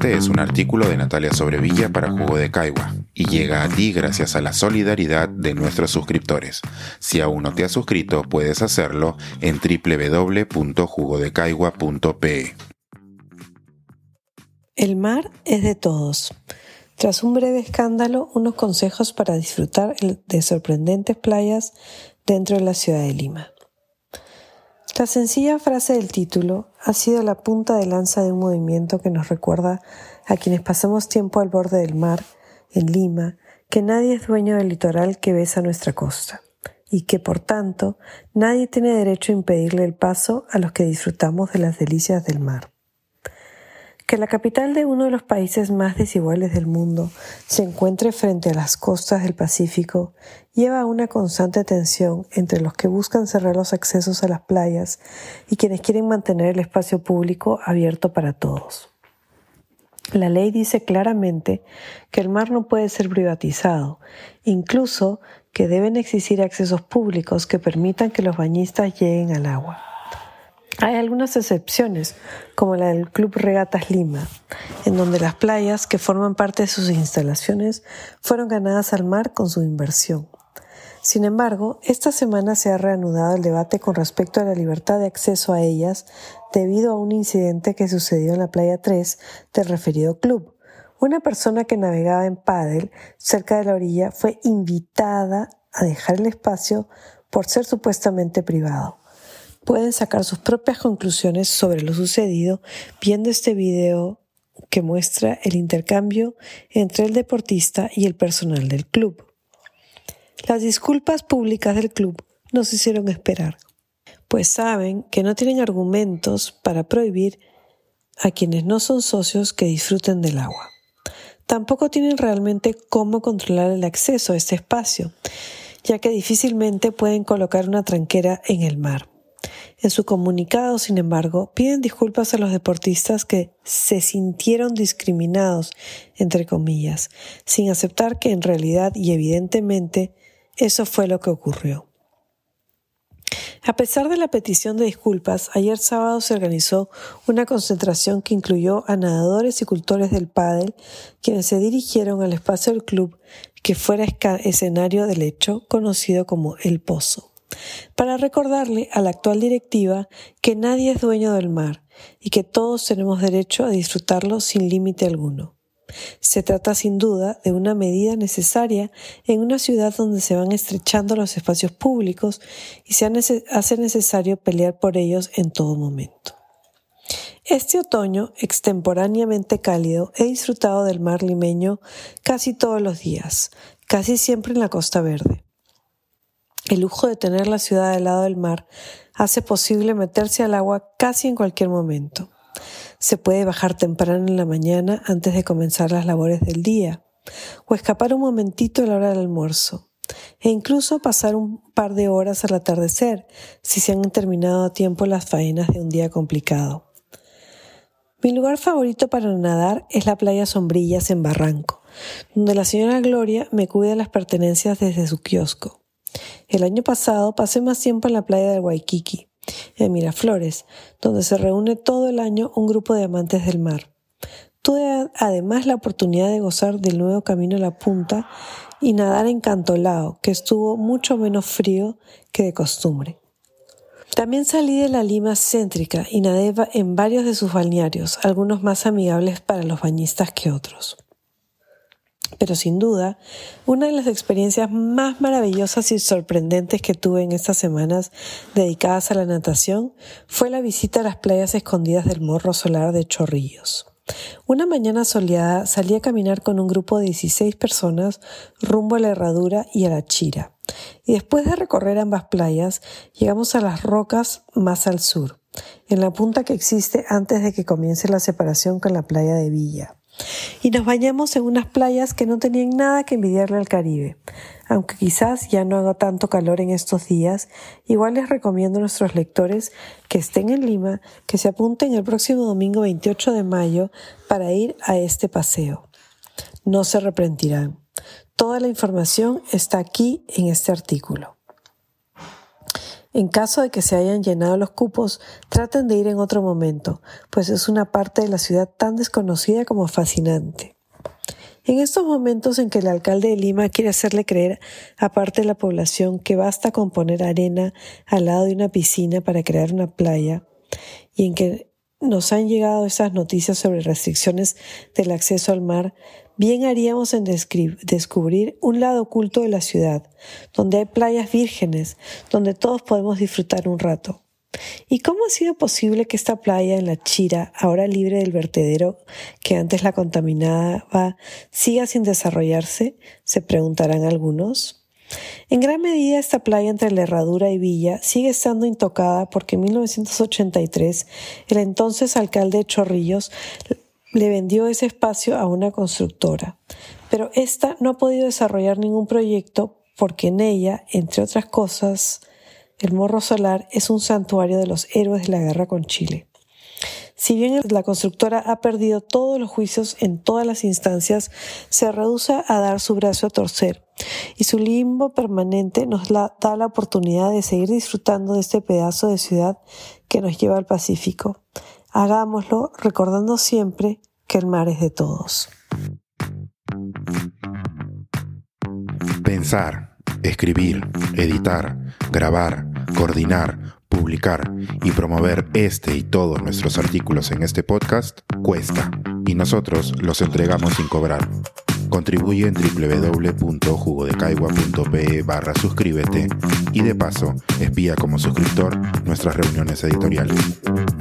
Este es un artículo de Natalia Sobrevilla para Jugo de Caigua y llega a ti gracias a la solidaridad de nuestros suscriptores. Si aún no te has suscrito, puedes hacerlo en www.jugodecaigua.pe. El mar es de todos. Tras un breve escándalo, unos consejos para disfrutar de sorprendentes playas dentro de la ciudad de Lima. La sencilla frase del título ha sido la punta de lanza de un movimiento que nos recuerda a quienes pasamos tiempo al borde del mar, en Lima, que nadie es dueño del litoral que besa nuestra costa y que, por tanto, nadie tiene derecho a impedirle el paso a los que disfrutamos de las delicias del mar. Que la capital de uno de los países más desiguales del mundo se encuentre frente a las costas del Pacífico lleva a una constante tensión entre los que buscan cerrar los accesos a las playas y quienes quieren mantener el espacio público abierto para todos. La ley dice claramente que el mar no puede ser privatizado, incluso que deben existir accesos públicos que permitan que los bañistas lleguen al agua. Hay algunas excepciones, como la del Club Regatas Lima, en donde las playas que forman parte de sus instalaciones fueron ganadas al mar con su inversión. Sin embargo, esta semana se ha reanudado el debate con respecto a la libertad de acceso a ellas debido a un incidente que sucedió en la Playa 3 del referido club. Una persona que navegaba en pádel cerca de la orilla fue invitada a dejar el espacio por ser supuestamente privado. Pueden sacar sus propias conclusiones sobre lo sucedido viendo este video que muestra el intercambio entre el deportista y el personal del club. Las disculpas públicas del club no se hicieron esperar, pues saben que no tienen argumentos para prohibir a quienes no son socios que disfruten del agua. Tampoco tienen realmente cómo controlar el acceso a este espacio, ya que difícilmente pueden colocar una tranquera en el mar. En su comunicado, sin embargo, piden disculpas a los deportistas que se sintieron discriminados, entre comillas, sin aceptar que en realidad y evidentemente eso fue lo que ocurrió. A pesar de la petición de disculpas, ayer sábado se organizó una concentración que incluyó a nadadores y cultores del pádel, quienes se dirigieron al espacio del club que fuera escenario del hecho conocido como El Pozo, para recordarle a la actual directiva que nadie es dueño del mar y que todos tenemos derecho a disfrutarlo sin límite alguno. Se trata sin duda de una medida necesaria en una ciudad donde se van estrechando los espacios públicos y se hace necesario pelear por ellos en todo momento. Este otoño, extemporáneamente cálido, he disfrutado del mar limeño casi todos los días, casi siempre en la Costa Verde. El lujo de tener la ciudad al lado del mar hace posible meterse al agua casi en cualquier momento. Se puede bajar temprano en la mañana antes de comenzar las labores del día, o escapar un momentito a la hora del almuerzo, e incluso pasar un par de horas al atardecer si se han terminado a tiempo las faenas de un día complicado. Mi lugar favorito para nadar es la playa Sombrillas en Barranco, donde la señora Gloria me cuida las pertenencias desde su kiosco. El año pasado pasé más tiempo en la playa de Waikiki, en Miraflores, donde se reúne todo el año un grupo de amantes del mar. Tuve además la oportunidad de gozar del nuevo camino a la punta y nadar en Cantolao, que estuvo mucho menos frío que de costumbre. También salí de la Lima céntrica y nadé en varios de sus balnearios, algunos más amigables para los bañistas que otros. Pero sin duda, una de las experiencias más maravillosas y sorprendentes que tuve en estas semanas dedicadas a la natación fue la visita a las playas escondidas del Morro Solar de Chorrillos. Una mañana soleada salí a caminar con un grupo de 16 personas rumbo a la Herradura y a la Chira. Y después de recorrer ambas playas, llegamos a las rocas más al sur, en la punta que existe antes de que comience la separación con la playa de Villa. Y nos bañamos en unas playas que no tenían nada que envidiarle al Caribe. Aunque quizás ya no haga tanto calor en estos días, igual les recomiendo a nuestros lectores que estén en Lima, que se apunten el próximo domingo 28 de mayo para ir a este paseo. No se arrepentirán. Toda la información está aquí en este artículo. En caso de que se hayan llenado los cupos, traten de ir en otro momento, pues es una parte de la ciudad tan desconocida como fascinante. En estos momentos en que el alcalde de Lima quiere hacerle creer a parte de la población que basta con poner arena al lado de una piscina para crear una playa, y en que nos han llegado esas noticias sobre restricciones del acceso al mar, bien haríamos en descubrir un lado oculto de la ciudad, donde hay playas vírgenes, donde todos podemos disfrutar un rato. ¿Y cómo ha sido posible que esta playa en La Chira, ahora libre del vertedero que antes la contaminaba, siga sin desarrollarse? Se preguntarán algunos. En gran medida esta playa entre la Herradura y Villa sigue estando intocada porque en 1983 el entonces alcalde de Chorrillos le vendió ese espacio a una constructora, pero esta no ha podido desarrollar ningún proyecto porque en ella, entre otras cosas, el Morro Solar es un santuario de los héroes de la guerra con Chile. Si bien la constructora ha perdido todos los juicios en todas las instancias, se rehúsa a dar su brazo a torcer y su limbo permanente nos da la oportunidad de seguir disfrutando de este pedazo de ciudad que nos lleva al Pacífico. Hagámoslo recordando siempre que el mar es de todos. Pensar, escribir, editar, grabar, coordinar, publicar y promover este y todos nuestros artículos en este podcast cuesta, y nosotros los entregamos sin cobrar. Contribuye en www.jugodecaigua.pe/suscríbete y de paso espía como suscriptor nuestras reuniones editoriales.